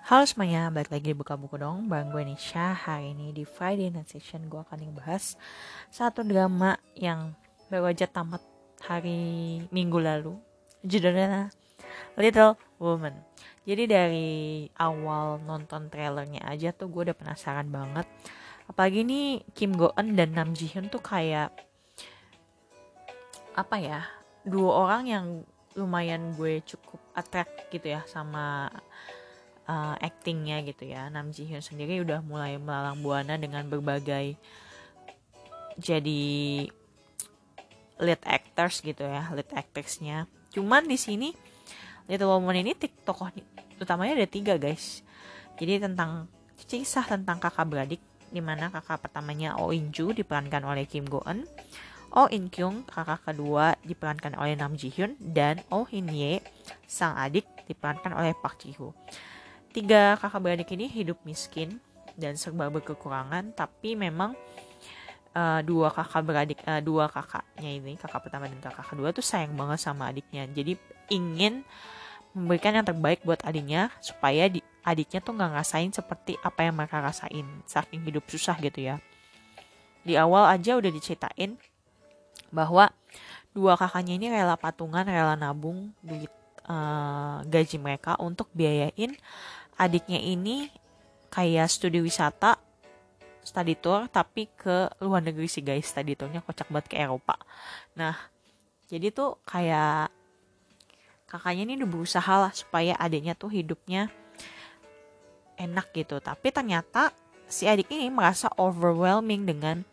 Halo semuanya, balik lagi di Buka Buku dong bareng gue Nisha. Hari ini di Friday Night Session gue akan ngebahas satu drama yang baru aja tamat hari Minggu lalu. Judulnya Little Woman. Jadi dari awal nonton trailernya aja tuh gue udah penasaran banget. Apalagi nih Kim Go Eun dan Nam Ji Hyun tuh kayak apa ya, dua orang yang lumayan gue cukup attract gitu ya sama actingnya gitu ya. Nam Ji Hyun sendiri udah mulai melalang buana dengan berbagai jadi lead actors gitu ya, lead actressnya. Cuman di sini Little Woman ini tokoh utamanya ada 3 guys. Jadi tentang kisah tentang kakak beradik, dimana kakak pertamanya Oh In Joo diperankan oleh Kim Go Eun, Oh In Kyung kakak kedua diperankan oleh Nam Ji Hyun, dan Oh In Ye sang adik diperankan oleh Park Ji Hoo. 3 kakak beradik ini hidup miskin dan serba berkekurangan, tapi memang dua kakaknya ini, kakak pertama dan kakak kedua tuh sayang banget sama adiknya. Jadi ingin memberikan yang terbaik buat adiknya supaya adiknya tuh nggak ngerasain seperti apa yang mereka rasain saking hidup susah gitu ya. Di awal aja udah diceritain bahwa dua kakaknya ini rela patungan, rela nabung duit gaji mereka untuk biayain adiknya ini kayak studi wisata, study tour, tapi ke luar negeri sih guys. Study tournya kocak banget ke Eropa. Nah, jadi tuh kayak kakaknya ini udah berusaha lah supaya adiknya tuh hidupnya enak gitu. Tapi ternyata si adik ini merasa overwhelming dengan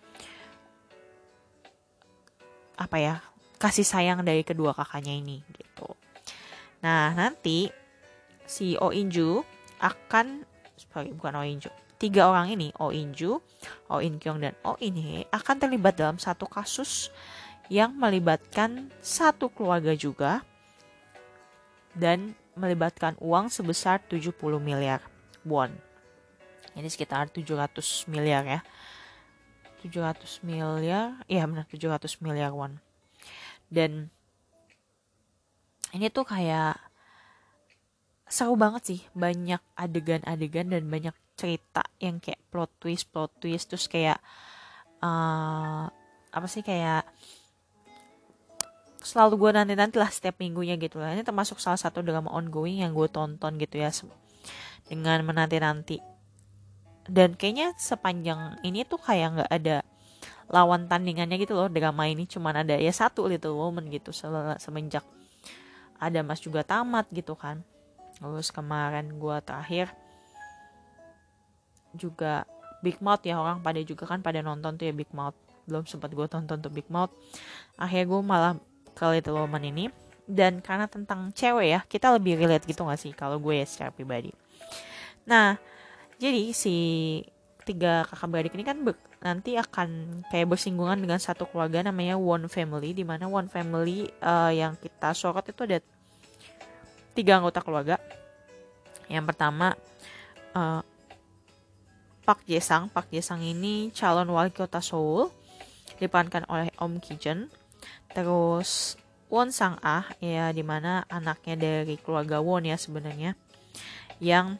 apa ya, kasih sayang dari kedua kakaknya ini gitu. Nah, nanti si Oh In Joo akan, sorry bukan Oh In Joo, 3 orang ini, Oh In Joo, Oh In Kyung, dan Oh In Hye akan terlibat dalam satu kasus yang melibatkan satu keluarga juga dan melibatkan uang sebesar 70 miliar won. Ini sekitar 700 miliar ya. 700 miliar, iya benar 700 miliar won. Dan ini tuh kayak seru banget sih, banyak adegan-adegan dan banyak cerita yang kayak plot twist terus kayak apa sih, kayak selalu gue nanti lah setiap minggunya gitu lah. Ini termasuk salah satu drama ongoing yang gue tonton gitu ya, dengan menanti-nanti. Dan kayaknya sepanjang ini tuh kayak nggak ada lawan tandingannya gitu loh drama ini, cuman ada ya satu Little Woman gitu semenjak ada Mas juga tamat gitu kan. Terus kemarin gue terakhir juga Big Mouth ya, orang pada juga kan pada nonton tuh ya Big Mouth. Belum sempat gue tonton tuh Big Mouth. Akhirnya gue malah ke Little Woman ini. Dan karena tentang cewek ya, kita lebih relate gitu gak sih kalau gue ya secara pribadi. Nah, jadi si 3 kakak beradik ini kan nanti akan kayak bersinggungan dengan satu keluarga namanya One Family, di mana One Family yang kita sorot itu ada 3 anggota keluarga. Yang pertama uh, Park Jae-sang. Park Jae-sang ini calon wali kota Seoul, diperankan oleh Om Ki-jeon. Terus Won Sang-ah ya, dimana anaknya dari keluarga Won ya sebenarnya, yang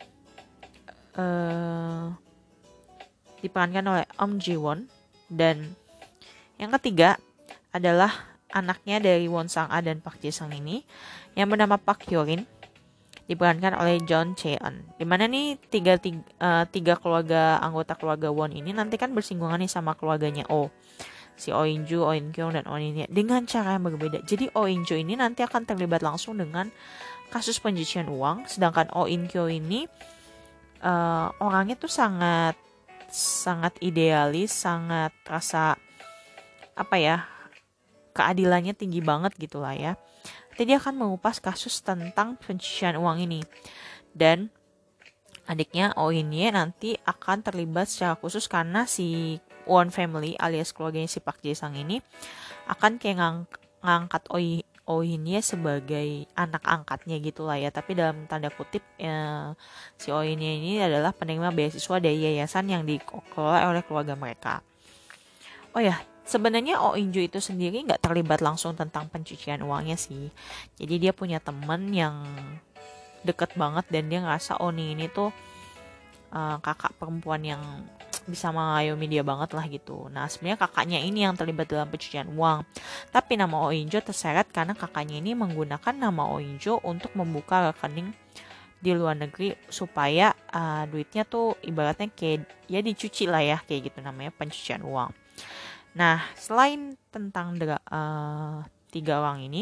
diperankan oleh Om Ji-won. Dan yang ketiga adalah anaknya dari Won Sang-ah dan Park Jae-sang ini, yang bernama Park Hyo-rin, diperankan oleh John Cheon. Dimana nih tiga keluarga, anggota keluarga Won ini nanti kan bersinggungan nih sama keluarganya Oh, si Oh In Joo, Oh In Kyung, dan Oh In Hye dengan cara yang berbeda. Jadi Oh In Joo ini nanti akan terlibat langsung dengan kasus pencucian uang, sedangkan Oh In Kyung ini orangnya tuh sangat sangat idealis, sangat rasa apa ya, keadilannya tinggi banget gitulah ya. Jadi dia akan mengupas kasus tentang pencucian uang ini. Dan adiknya Oh In Ye nanti akan terlibat secara khusus karena si One Family alias keluarganya si Park Jae Sang ini akan kayak ngangkat Oh In Ye sebagai anak angkatnya gitu lah ya. Tapi dalam tanda kutip si Oh In Ye ini adalah penerima beasiswa dari yayasan yang dikelola oleh keluarga mereka. Oh ya, sebenarnya Oh In Joo itu sendiri nggak terlibat langsung tentang pencucian uangnya sih. Jadi dia punya temen yang deket banget dan dia ngerasa Oni ini tuh kakak perempuan yang bisa mengayomi dia banget lah gitu. Nah sebenarnya kakaknya ini yang terlibat dalam pencucian uang. Tapi nama Oh In Jo terseret karena kakaknya ini menggunakan nama Oh In Jo untuk membuka rekening di luar negeri supaya duitnya tuh ibaratnya kayak ya dicuci lah ya, kayak gitu, namanya pencucian uang. Nah selain tentang tiga orang ini,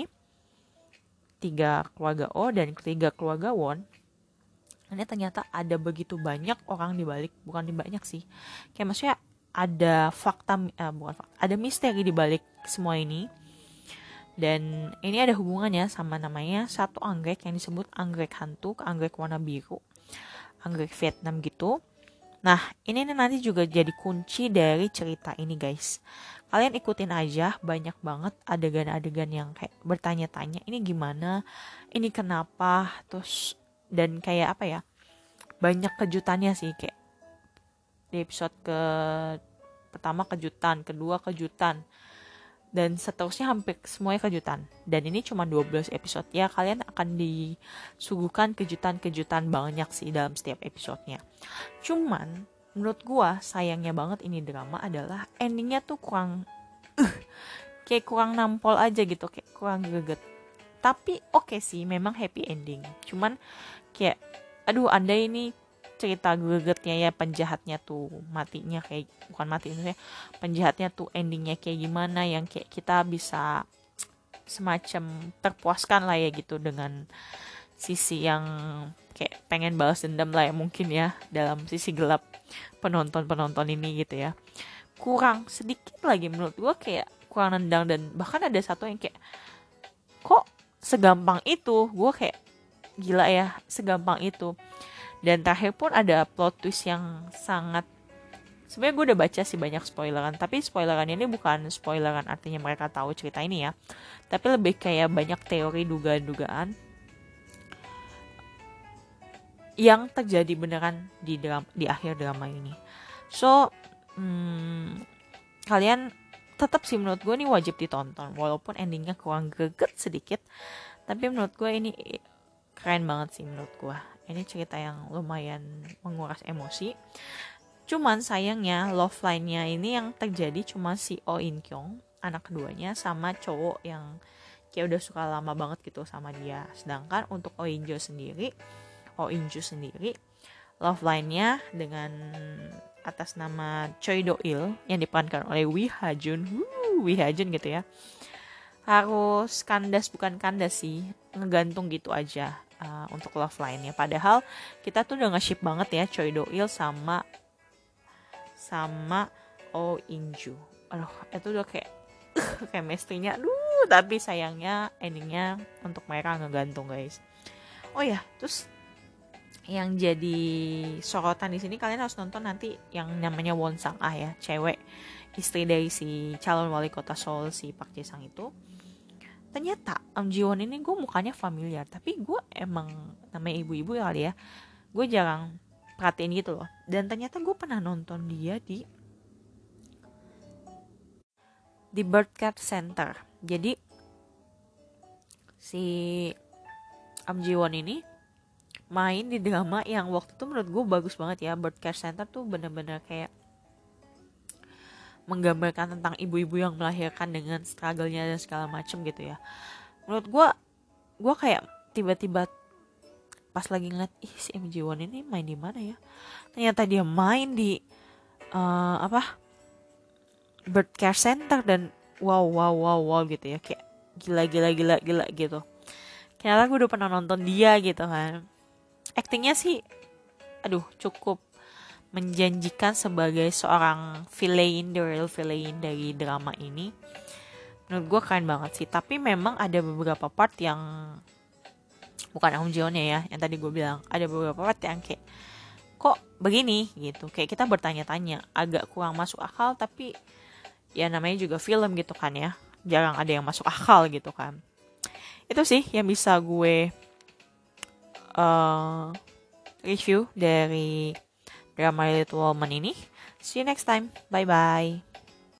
tiga keluarga O dan ketiga keluarga Won, ini ternyata ada begitu banyak orang di balik, bukan banyak sih, kayak maksudnya ada fakta, bukan fakta, ada misteri di balik semua ini. Dan ini ada hubungannya sama namanya satu anggrek yang disebut anggrek hantu, anggrek warna biru, anggrek Vietnam gitu. Nah ini nanti juga jadi kunci dari cerita ini guys. Kalian ikutin aja, banyak banget adegan-adegan yang kayak bertanya-tanya ini gimana, ini kenapa, terus dan kayak apa ya, banyak kejutannya sih, kayak di episode pertama kejutan, kedua kejutan, dan seterusnya hampir semuanya kejutan. Dan ini cuma 12 episode ya, kalian akan disuguhkan kejutan-kejutan banyak sih dalam setiap episodenya. Cuman menurut gua sayangnya banget ini drama adalah endingnya tuh kurang kayak kurang nampol aja gitu, kayak kurang greget. Tapi oke sih, memang happy ending. Cuman kayak aduh, andai ini cerita gregetnya ya, penjahatnya tuh matinya kayak, bukan mati maksudnya, penjahatnya tuh endingnya kayak gimana yang kayak kita bisa semacam terpuaskan lah ya gitu, dengan sisi yang kayak pengen balas dendam lah ya mungkin ya, dalam sisi gelap penonton ini gitu ya. Kurang sedikit lagi menurut gue, kayak kurang nendang. Dan bahkan ada satu yang kayak kok segampang itu, gue kayak gila ya, segampang itu. Dan terakhir pun ada plot twist yang sangat, sebenarnya gue udah baca sih banyak spoileran, tapi spoileran ini bukan spoileran artinya mereka tahu cerita ini ya, tapi lebih kayak banyak teori dugaan-dugaan yang terjadi beneran di akhir drama ini. So kalian tetap sih menurut gue ini wajib ditonton, walaupun endingnya kurang greget sedikit, tapi menurut gue ini keren banget sih menurut gue. Ini cerita yang lumayan menguras emosi. Cuman sayangnya love line-nya ini yang terjadi cuma si Oh In Kyung, anak keduanya, sama cowok yang kayak udah suka lama banget gitu sama dia. Sedangkan untuk Oh In Jo sendiri, love line-nya dengan atas nama Choi Do Il yang diperankan oleh Wi Ha Jun gitu ya, harus kandas, bukan kandas sih, ngegantung gitu aja untuk love line-nya. Padahal kita tuh udah nge-ship banget ya Choi Do Il sama Oh In Jo. Aduh, itu udah kayak chemistry-nya, tapi sayangnya endingnya untuk mereka ngegantung guys. Oh ya, terus yang jadi sorotan di sini, kalian harus nonton nanti yang namanya Won Sang Ah ya, cewek istri dari si calon wali kota Seoul, si Park Jae Sang itu. Ternyata Ji Won ini gue mukanya familiar, tapi gue emang namanya ibu-ibu ya kali ya, gue jarang perhatiin gitu loh. Dan ternyata gue pernah nonton dia di Birdcat Center. Jadi si Ji Won ini main di drama yang waktu itu menurut gue bagus banget ya. Birdcat Center tuh bener-bener kayak menggambarkan tentang ibu-ibu yang melahirkan dengan struggle-nya dan segala macem gitu ya. Menurut gue kayak tiba-tiba pas lagi ngeliat, si Ji Won ini main di mana ya? Ternyata dia main di Birdcat Center, dan wow gitu ya, kayak gila gitu. Ternyata gue udah pernah nonton dia gitu kan. Aktingnya sih cukup menjanjikan sebagai seorang villain, the real villain dari drama ini. Menurut gue keren banget sih. Tapi memang ada beberapa part yang bukan Ji Won ya, yang tadi gue bilang, ada beberapa part yang kayak kok begini gitu, kayak kita bertanya-tanya, agak kurang masuk akal. Tapi ya namanya juga film gitu kan ya, jarang ada yang masuk akal gitu kan. Itu sih yang bisa gue review dari drama Little Woman ini. See you next time. Bye bye.